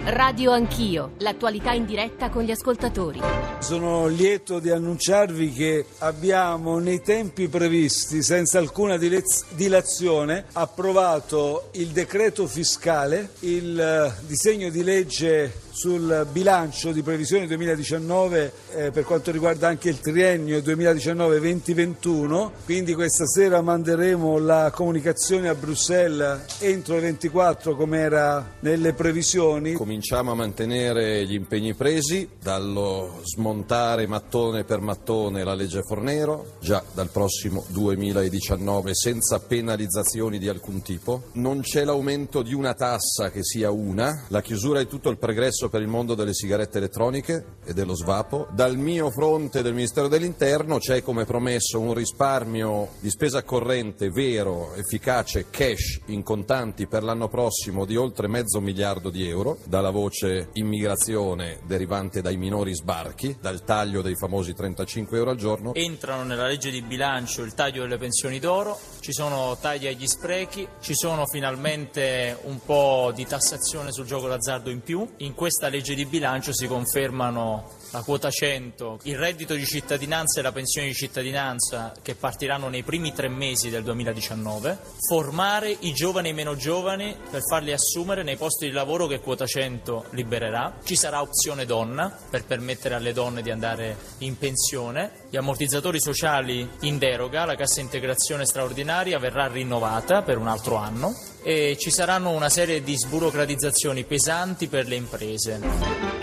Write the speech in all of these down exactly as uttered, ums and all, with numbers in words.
Radio Anch'io, l'attualità in diretta con gli ascoltatori. Sono lieto di annunciarvi che abbiamo nei tempi previsti, senza alcuna dilez- dilazione, approvato il decreto fiscale, il uh, disegno di legge sul bilancio di previsione duemiladiciannove eh, per quanto riguarda anche il triennio duemiladiciannove ventiventuno, quindi questa sera manderemo la comunicazione a Bruxelles entro le ventiquattro come era nelle previsioni. Cominciamo a mantenere gli impegni presi, dallo smontare mattone per mattone la legge Fornero, già dal prossimo duemiladiciannove senza penalizzazioni di alcun tipo, non c'è l'aumento di una tassa che sia una, la chiusura di tutto il pregresso per il mondo delle sigarette elettroniche e dello svapo. Dal mio fronte del Ministero dell'Interno c'è come promesso un risparmio di spesa corrente vero, efficace, cash in contanti per l'anno prossimo di oltre mezzo miliardo di euro, dalla voce immigrazione derivante dai minori sbarchi, dal taglio dei famosi trentacinque euro al giorno. Entrano nella legge di bilancio il taglio delle pensioni d'oro, ci sono tagli agli sprechi, ci sono finalmente un po' di tassazione sul gioco d'azzardo in più. In questa legge di bilancio si confermano la quota cento, il reddito di cittadinanza e la pensione di cittadinanza che partiranno nei primi tre mesi del duemiladiciannove, formare i giovani e i meno giovani per farli assumere nei posti di lavoro che quota cento libererà, ci sarà opzione donna per permettere alle donne di andare in pensione, gli ammortizzatori sociali in deroga, la cassa integrazione straordinaria verrà rinnovata per un altro anno e ci saranno una serie di sburocratizzazioni pesanti per le imprese.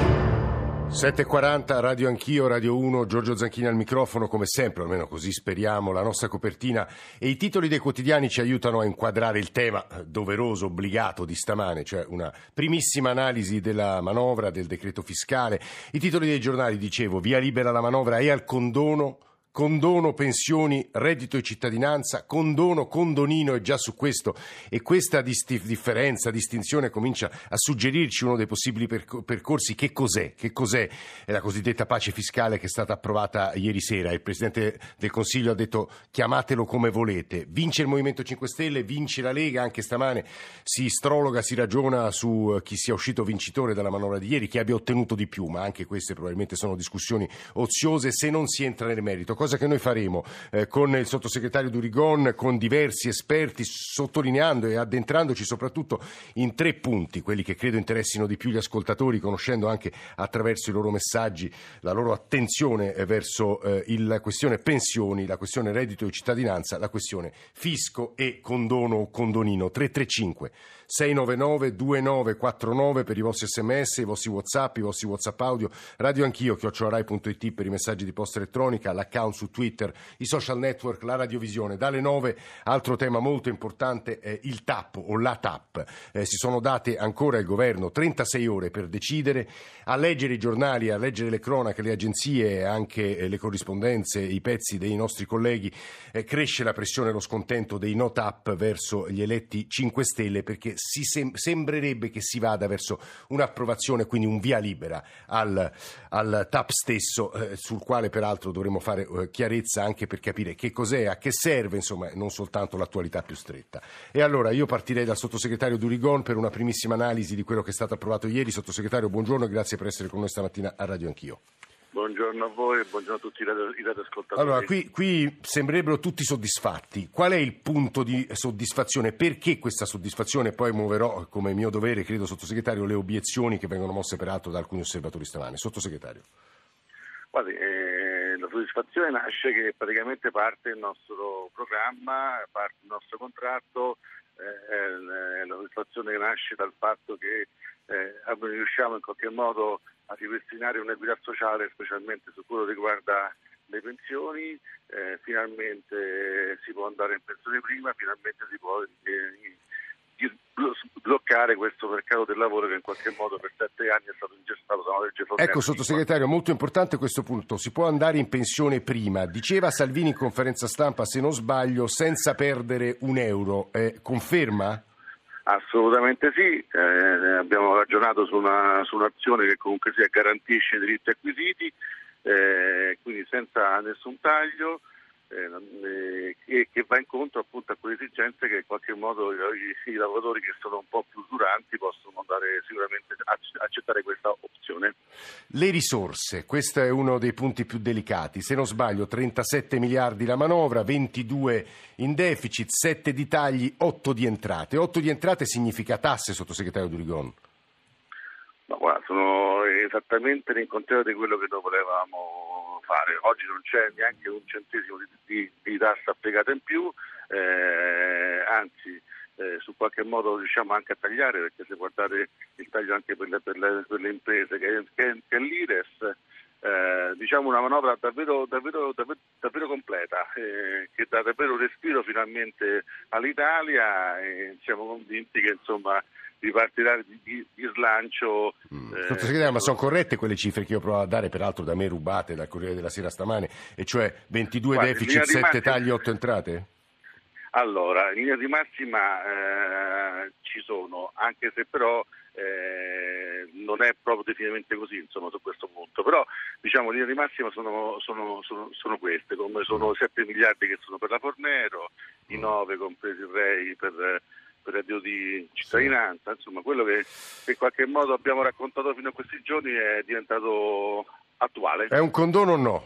sette e quaranta, Radio Anch'io, Radio uno, Giorgio Zanchini al microfono, come sempre, almeno così speriamo, la nostra copertina e i titoli dei quotidiani ci aiutano a inquadrare il tema doveroso, obbligato di stamane, cioè una primissima analisi della manovra, del decreto fiscale. I titoli dei giornali, dicevo, via libera la manovra e al condono. Condono, pensioni, reddito e cittadinanza, condono, condonino, e già su questo e questa dist- differenza, distinzione comincia a suggerirci uno dei possibili perc- percorsi. Che cos'è? Che cos'è la cosiddetta pace fiscale che è stata approvata ieri sera? Il Presidente del Consiglio ha detto chiamatelo come volete. Vince il Movimento cinque Stelle, vince la Lega, anche stamane si strologa, si ragiona su chi sia uscito vincitore dalla manovra di ieri, chi abbia ottenuto di più, ma anche queste probabilmente sono discussioni oziose se non si entra nel merito. Cosa che noi faremo eh, con il sottosegretario Durigon, con diversi esperti, sottolineando e addentrandoci soprattutto in tre punti, quelli che credo interessino di più gli ascoltatori, conoscendo anche attraverso i loro messaggi la loro attenzione verso eh, la questione pensioni, la questione reddito e cittadinanza, la questione fisco e condono o condonino. Tre tre cinque sei nove nove due nove quattro nove per i vostri sms, i vostri whatsapp, i vostri whatsapp audio, Radio Anch'io, chiocciola rai punto it per i messaggi di posta elettronica, l'account su Twitter, i social network, la radiovisione. Dalle nove, altro tema molto importante, è il T A P o la T A P. Eh, si sono date ancora il governo trentasei ore per decidere, a leggere i giornali, a leggere le cronache, le agenzie, anche eh, le corrispondenze, i pezzi dei nostri colleghi, eh, cresce la pressione e lo scontento dei no T A P verso gli eletti cinque Stelle, perché si sem- sembrerebbe che si vada verso un'approvazione, quindi un via libera al, al T A P stesso, eh, sul quale peraltro dovremo fare eh, chiarezza anche per capire che cos'è, a che serve, insomma, non soltanto l'attualità più stretta. E allora io partirei dal sottosegretario Durigon per una primissima analisi di quello che è stato approvato ieri. Sottosegretario, buongiorno e grazie per essere con noi stamattina a Radio Anch'io. Buongiorno a voi e buongiorno a tutti i radioascoltatori. Allora, qui, qui sembrerebbero tutti soddisfatti. Qual è il punto di soddisfazione? Perché questa soddisfazione? Poi muoverò, come mio dovere, credo, sottosegretario, le obiezioni che vengono mosse peraltro da alcuni osservatori stamane. Sottosegretario. Guardi, eh, la soddisfazione nasce che praticamente parte il nostro programma, parte il nostro contratto, eh, la soddisfazione nasce dal fatto che eh, riusciamo in qualche modo a ripristinare un'equità sociale, specialmente su quello che riguarda le pensioni, eh, finalmente si può andare in pensione prima, finalmente si può eh, bloccare questo mercato del lavoro che in qualche modo per sette anni è stato ingessato da una legge Fornero. Ecco, sottosegretario, molto importante questo punto, si può andare in pensione prima, diceva Salvini in conferenza stampa, se non sbaglio, senza perdere un euro, eh, conferma? Assolutamente sì, eh, abbiamo ragionato su, una, su un'azione che comunque sia garantisce i diritti acquisiti, eh, quindi senza nessun taglio, eh, e che va incontro appunto a quelle esigenze che in qualche modo i, i lavoratori che sono un po' più usuranti possono dare sicuramente accettare questa opzione. Le risorse, questo è uno dei punti più delicati. Se non sbaglio trentasette miliardi la manovra, ventidue in deficit, sette di tagli, otto di entrate. otto di entrate significa tasse, sottosegretario Durigon? No, guarda, sono esattamente l'incontrario di quello che noi volevamo fare. Oggi non c'è neanche un centesimo di, di, di tassa applicata in più, eh, anzi eh, su qualche modo riusciamo anche a tagliare, perché se guardate il taglio anche per le, per le, per le imprese che, che, che è l'I R E S, eh, diciamo una manovra davvero, davvero, davvero, davvero completa, eh, che dà davvero respiro finalmente all'Italia, e siamo convinti che insomma ripartirà di, di, di slancio. Mm. Eh, Sottosegretario, ma sono corrette quelle cifre che io provo a dare, peraltro da me rubate dal Corriere della Sera stamane, e cioè ventidue guarda, deficit, sette massima, tagli, otto entrate? Allora, in linea di massima eh, ci sono, anche se però eh, non è proprio definitivamente così, insomma, su questo punto. Però diciamo in linea di massima sono, sono, sono, sono queste, come sono sette miliardi che sono per la Fornero, i nove compresi il R E I per per reddito di cittadinanza, insomma quello che, che in qualche modo abbiamo raccontato fino a questi giorni è diventato attuale. È un condono o no?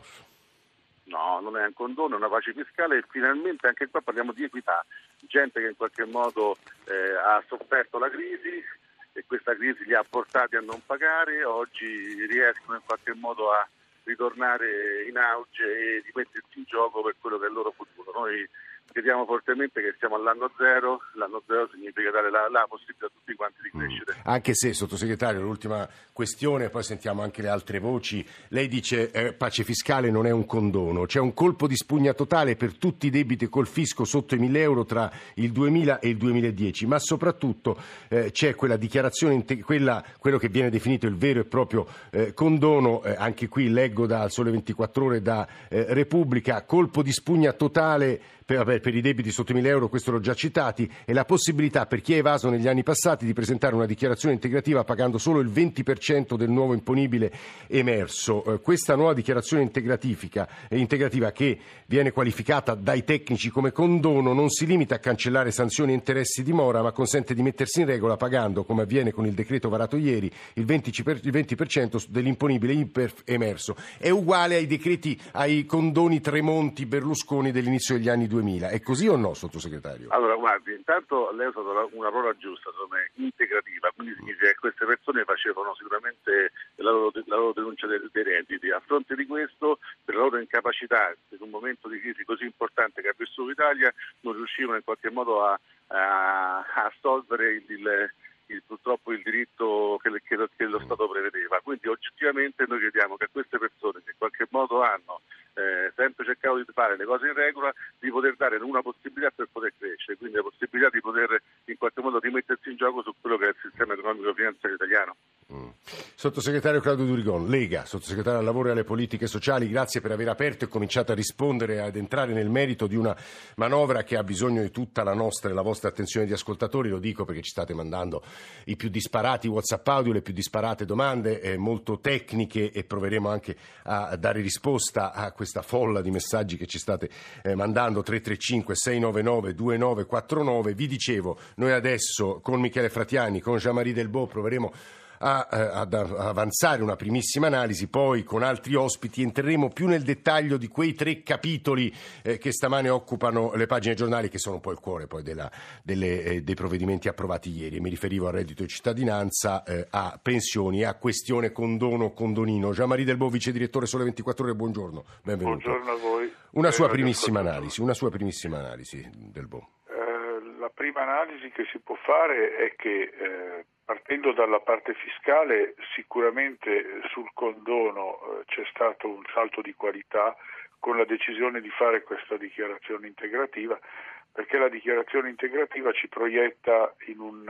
No, non è un condono, è una pace fiscale, e finalmente anche qua parliamo di equità, gente che in qualche modo eh, ha sofferto la crisi e questa crisi li ha portati a non pagare, oggi riescono in qualche modo a ritornare in auge e rimettersi in gioco per quello che è il loro futuro. Noi crediamo fortemente che siamo all'anno zero, l'anno zero significa dare la, la possibilità a tutti quanti di crescere. Mm. Anche se, sottosegretario, l'ultima questione, poi sentiamo anche le altre voci, lei dice eh, pace fiscale non è un condono, c'è un colpo di spugna totale per tutti i debiti col fisco sotto i mille euro tra il duemila e il duemiladieci, ma soprattutto eh, c'è quella dichiarazione, quella, quello che viene definito il vero e proprio eh, condono, eh, anche qui leggo da Sole ventiquattro Ore, da eh, Repubblica, colpo di spugna totale Per, vabbè, per i debiti sotto i mille euro, questo l'ho già citati, e la possibilità per chi ha evaso negli anni passati di presentare una dichiarazione integrativa pagando solo il venti per cento del nuovo imponibile emerso. Eh, questa nuova dichiarazione integrativa, eh, integrativa che viene qualificata dai tecnici come condono non si limita a cancellare sanzioni e interessi di mora, ma consente di mettersi in regola pagando, come avviene con il decreto varato ieri, il venti per cento dell'imponibile emerso. È uguale ai decreti, ai condoni Tremonti, Berlusconi dell'inizio degli anni duemila. È così o no, sottosegretario? Allora, guardi, intanto lei ha usato una parola giusta, insomma, integrativa, quindi significa che queste persone facevano sicuramente la loro, la loro denuncia dei, dei redditi. A fronte di questo, per la loro incapacità, in un momento di crisi così importante che ha vissuto l'Italia, non riuscivano in qualche modo a, a, a assolvere il, il Il, purtroppo il diritto che, che, che lo Stato prevedeva. Quindi oggettivamente noi crediamo che a queste persone che in qualche modo hanno eh, sempre cercato di fare le cose in regola, di poter dare una possibilità per poter crescere, quindi la possibilità di poter in qualche modo rimettersi in gioco su quello che è il sistema economico finanziario italiano. Mm. Sottosegretario Claudio Durigon, Lega, sottosegretario al lavoro e alle politiche sociali, grazie per aver aperto e cominciato a rispondere, ad entrare nel merito di una manovra che ha bisogno di tutta la nostra e la vostra attenzione di ascoltatori. Lo dico perché ci state mandando i più disparati WhatsApp audio, le più disparate domande eh, molto tecniche, e proveremo anche a dare risposta a questa folla di messaggi che ci state eh, mandando. Tre tre cinque sei nove nove due nove quattro nove. Vi dicevo, noi adesso con Michele Fratiani, con Jean-Marie Delbo proveremo A, ad avanzare una primissima analisi, poi con altri ospiti entreremo più nel dettaglio di quei tre capitoli eh, che stamane occupano le pagine giornali, che sono poi il cuore poi della, delle, eh, dei provvedimenti approvati ieri. Mi riferivo al reddito di cittadinanza, eh, a pensioni, a questione condono condonino. Jean-Marie Delbo, vice direttore Sole ventiquattro Ore, buongiorno, benvenuto. Buongiorno a voi. Una sua primissima analisi, una sua primissima analisi, Delbo. Eh, la prima analisi che si può fare è che eh, partendo dalla parte fiscale, sicuramente sul condono eh, c'è stato un salto di qualità con la decisione di fare questa dichiarazione integrativa, perché la dichiarazione integrativa ci proietta in un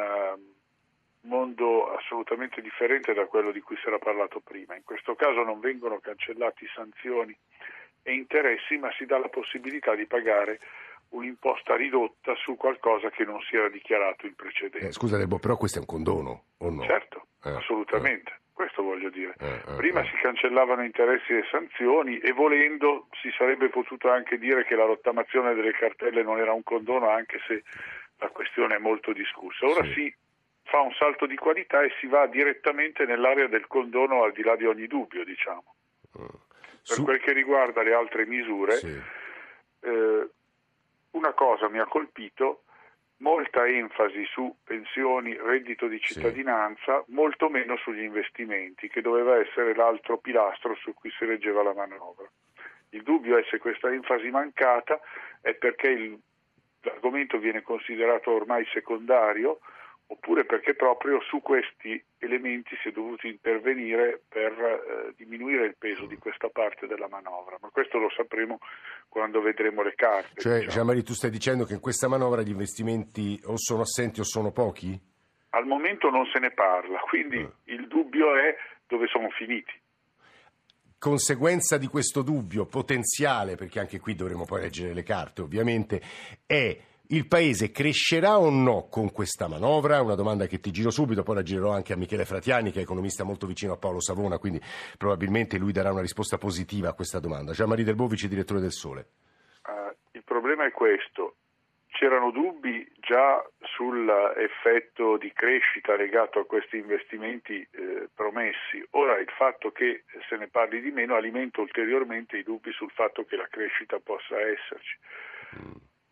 uh, mondo assolutamente differente da quello di cui si era parlato prima. In questo caso non vengono cancellati sanzioni e interessi, ma si dà la possibilità di pagare un'imposta ridotta su qualcosa che non si era dichiarato in precedenza. Eh, scusa Delbo, però questo è un condono, o no? Certo, eh, assolutamente. Eh. Questo voglio dire. Eh, eh, Prima eh. si cancellavano interessi e sanzioni e volendo si sarebbe potuto anche dire che la rottamazione delle cartelle non era un condono, anche se la questione è molto discussa. Ora Sì. si fa un salto di qualità e si va direttamente nell'area del condono, al di là di ogni dubbio, diciamo. Mm. Per Su... quel che riguarda le altre misure, Sì. eh, una cosa mi ha colpito: molta enfasi su pensioni, reddito di cittadinanza, sì. molto meno sugli investimenti, che doveva essere l'altro pilastro su cui si reggeva la manovra. Il dubbio è se questa enfasi mancata è perché il, l'argomento viene considerato ormai secondario, oppure perché proprio su questi elementi si è dovuto intervenire per eh, diminuire il peso di questa parte della manovra, ma questo lo sapremo quando vedremo le carte. Cioè, diciamo. Jean-Marie, tu stai dicendo che in questa manovra gli investimenti o sono assenti o sono pochi? Al momento non se ne parla, quindi eh. il dubbio è dove sono finiti. Conseguenza di questo dubbio potenziale, perché anche qui dovremo poi leggere le carte ovviamente, è: il Paese crescerà o no con questa manovra? Una domanda che ti giro subito, poi la girerò anche a Michele Fratiani, che è economista molto vicino a Paolo Savona, quindi probabilmente lui darà una risposta positiva a questa domanda. Jean-Marie Delbovici, direttore del Sole. Uh, il problema è questo: c'erano dubbi già sull'effetto di crescita legato a questi investimenti eh, promessi. Ora il fatto che se ne parli di meno alimenta ulteriormente i dubbi sul fatto che la crescita possa esserci. Mm.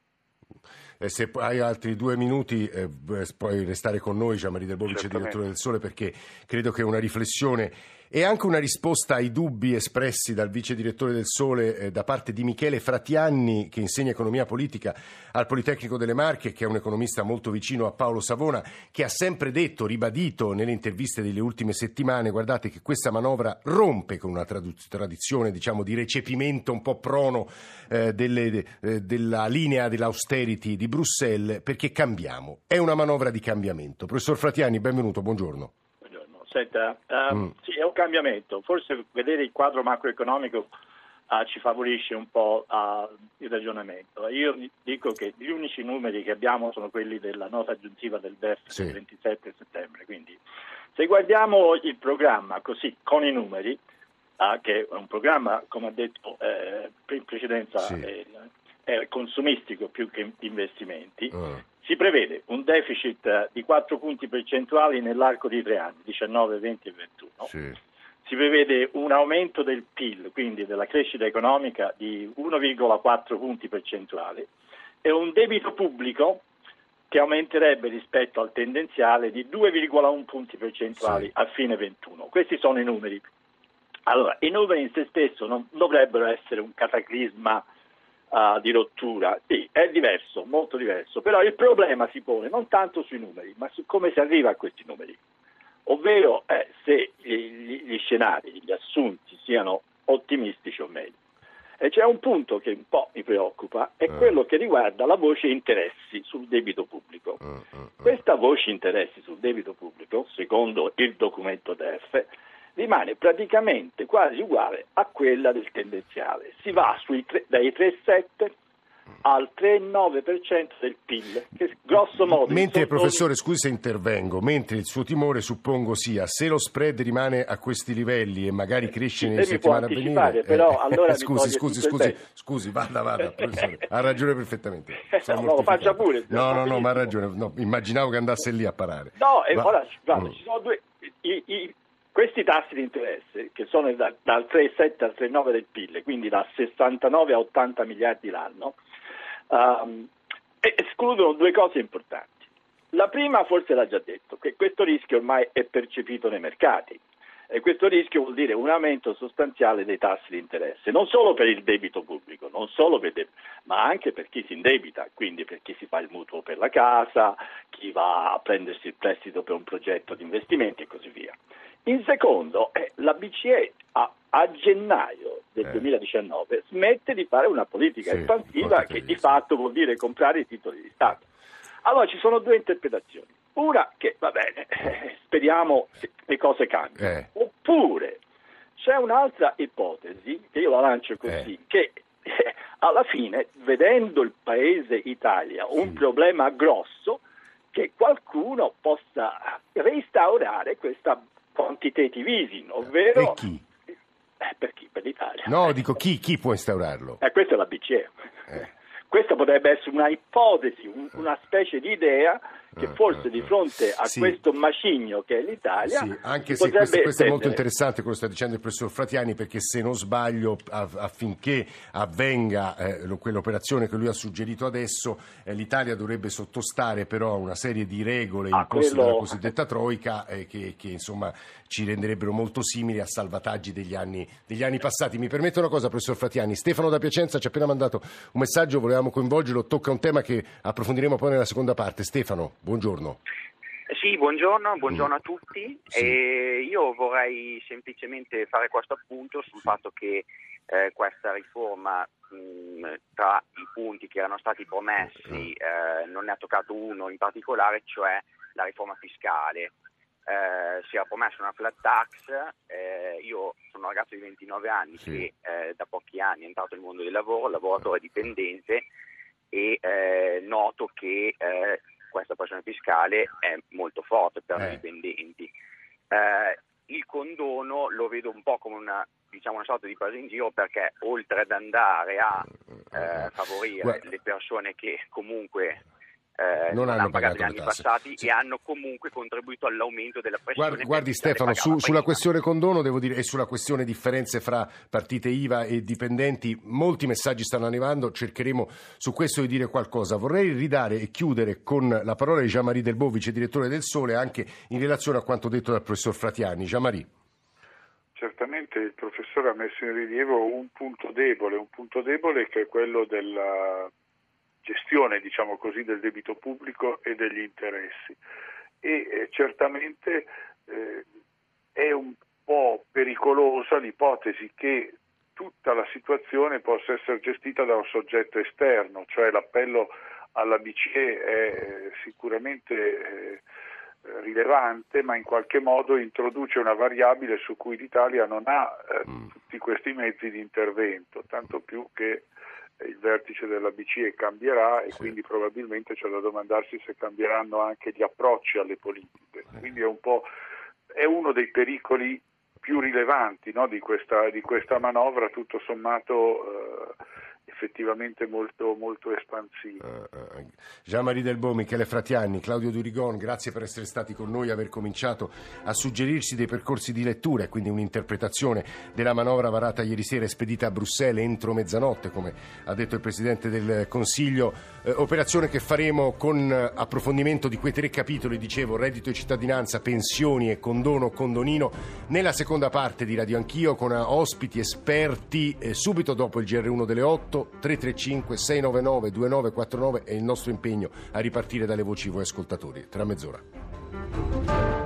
E se hai altri due minuti eh, puoi restare con noi, Jean-Marie Delbovici, direttore del Sole, perché credo che una riflessione e anche una risposta ai dubbi espressi dal vice direttore del Sole eh, da parte di Michele Fratiani, che insegna economia politica al Politecnico delle Marche, che è un economista molto vicino a Paolo Savona, che ha sempre detto, ribadito nelle interviste delle ultime settimane, guardate che questa manovra rompe con una tradu- tradizione diciamo di recepimento un po' prono eh, delle, eh, della linea dell'austerity di Bruxelles, perché cambiamo, è una manovra di cambiamento. Professor Fratiani, benvenuto, buongiorno. Senta, uh, mm. sì, è un cambiamento. Forse vedere il quadro macroeconomico uh, ci favorisce un po' uh, il ragionamento. Io dico che gli unici numeri che abbiamo sono quelli della nota aggiuntiva del D E F sì. del ventisette settembre. Quindi, se guardiamo il programma così, con i numeri, uh, che è un programma, come ha detto eh, in precedenza, sì. è, è consumistico più che investimenti, uh. si prevede un deficit di quattro punti percentuali nell'arco di tre anni, diciannove, venti e ventuno. Sì. Si prevede un aumento del P I L, quindi della crescita economica, di uno virgola quattro punti percentuali e un debito pubblico che aumenterebbe rispetto al tendenziale di due virgola uno punti percentuali sì. a fine ventuno. Questi sono i numeri. Allora, i numeri in se stesso non dovrebbero essere un cataclisma Uh, di rottura, sì, è diverso, molto diverso, però il problema si pone non tanto sui numeri, ma su come si arriva a questi numeri, ovvero eh, se gli, gli scenari, gli assunti siano ottimistici o meno. E c'è un punto che un po' mi preoccupa, è uh. quello che riguarda la voce interessi sul debito pubblico. Uh, uh, uh. Questa voce interessi sul debito pubblico, secondo il documento D E F, rimane praticamente quasi uguale a quella del tendenziale. Si va sui tre, dai tre virgola sette al tre virgola nove per cento del P I L, che grosso modo... Mentre, professore, scusi se intervengo, mentre il suo timore suppongo sia, se lo spread rimane a questi livelli e magari cresce nelle settimane a venire... Però eh, allora scusi, scusi, scusi, scusi, vada, vada, professore, ha ragione perfettamente. No, no, lo faccia pure. No, no, no, ma ha ragione, no, immaginavo che andasse lì a parare. No, e Va. ora, guarda, mm. ci sono due... I, i, Questi tassi di interesse, che sono da, dal tre virgola sette al tre virgola nove del P I L, quindi da sessantanove a ottanta miliardi l'anno, um, escludono due cose importanti. La prima, forse l'ha già detto, che questo rischio ormai è percepito nei mercati, e questo rischio vuol dire un aumento sostanziale dei tassi di interesse, non solo per il debito pubblico, non solo per de- ma anche per chi si indebita, quindi per chi si fa il mutuo per la casa, chi va a prendersi il prestito per un progetto di investimenti e così via. In secondo, eh, la B C E a, a gennaio del eh. duemiladiciannove smette di fare una politica sì, espansiva che di fatto vuol dire comprare i titoli di Stato. Allora ci sono due interpretazioni. Una che, va bene, eh, speriamo che le cose cambino. Eh. Oppure c'è un'altra ipotesi, che io la lancio così, eh. che eh, alla fine, vedendo il paese Italia un sì. problema grosso, che qualcuno possa reinstaurare questa quantitative easing, ovvero... E chi? Eh, per chi? Per l'Italia. No, dico chi, chi può instaurarlo? Eh, questa è la B C E. Eh. Questa potrebbe essere una ipotesi, un, una specie di idea che forse di fronte a sì. questo macigno che è l'Italia, sì, anche si se questo, questo è molto estendere. interessante quello che sta dicendo il professor Fratiani, perché se non sbaglio aff- affinché avvenga eh, lo- quell'operazione che lui ha suggerito adesso, eh, l'Italia dovrebbe sottostare però a una serie di regole Ah, imposte quello- dalla cosiddetta Troica eh, che, che insomma ci renderebbero molto simili a salvataggi degli anni, degli anni passati. Mi permette una cosa, professor Fratiani? Stefano da Piacenza ci ha appena mandato un messaggio, volevamo coinvolgerlo, tocca un tema che approfondiremo poi nella seconda parte. Stefano, buongiorno. Sì, buongiorno, buongiorno a tutti. Sì. E io vorrei semplicemente fare questo appunto sul fatto che eh, questa riforma, mh, tra i punti che erano stati promessi, eh, non ne ha toccato uno in particolare, cioè la riforma fiscale. Eh, si era promessa una flat tax, eh, io sono un ragazzo di ventinove anni Sì. che eh, da pochi anni è entrato nel mondo del lavoro, lavoratore dipendente, e eh, noto che eh, questa pressione fiscale è molto forte per Eh. i dipendenti. Eh, il condono lo vedo un po' come una, diciamo, una sorta di presa in giro, perché oltre ad andare a eh, favorire Guarda. le persone che comunque eh, Non hanno pagato pagato gli anni le tasse. passati Sì. e hanno comunque contribuito all'aumento della pressione. Guardi, guardi fiscale Stefano, pagata su, sulla prima. questione condono devo dire, e sulla questione differenze fra partite I V A e dipendenti, molti messaggi stanno arrivando, cercheremo su questo di dire qualcosa. Vorrei ridare e chiudere con la parola di Jean-Marie Delbo, vice direttore del Sole, anche in relazione a quanto detto dal professor Fratiani. Jean-Marie. Certamente il professore ha messo in rilievo un punto debole, un punto debole che è quello della gestione, diciamo così, del debito pubblico e degli interessi. E eh, certamente eh, è un po' pericolosa l'ipotesi che tutta la situazione possa essere gestita da un soggetto esterno, cioè l'appello alla B C E è sicuramente eh, rilevante, ma in qualche modo introduce una variabile su cui l'Italia non ha eh, tutti questi mezzi di intervento, tanto più che il vertice della B C E cambierà e Sì. quindi probabilmente c'è da domandarsi se cambieranno anche gli approcci alle politiche. Quindi è un po' è uno dei pericoli più rilevanti, no, di questa di questa manovra, tutto sommato eh, effettivamente molto molto espansiva. Uh, uh, Jean-Marie Delbo, Michele Fratiani, Claudio Durigon, grazie per essere stati con noi, aver cominciato a suggerirci dei percorsi di lettura e quindi un'interpretazione della manovra varata ieri sera e spedita a Bruxelles entro mezzanotte, come ha detto il Presidente del Consiglio, eh, operazione che faremo con approfondimento di quei tre capitoli, dicevo, reddito e cittadinanza, pensioni e condono condonino, nella seconda parte di Radio Anch'io con ospiti esperti, eh, subito dopo il G R uno delle otto. tre tre cinque sei nove nove due nove quattro nove è il nostro impegno a ripartire dalle voci voi ascoltatori. Tra mezz'ora.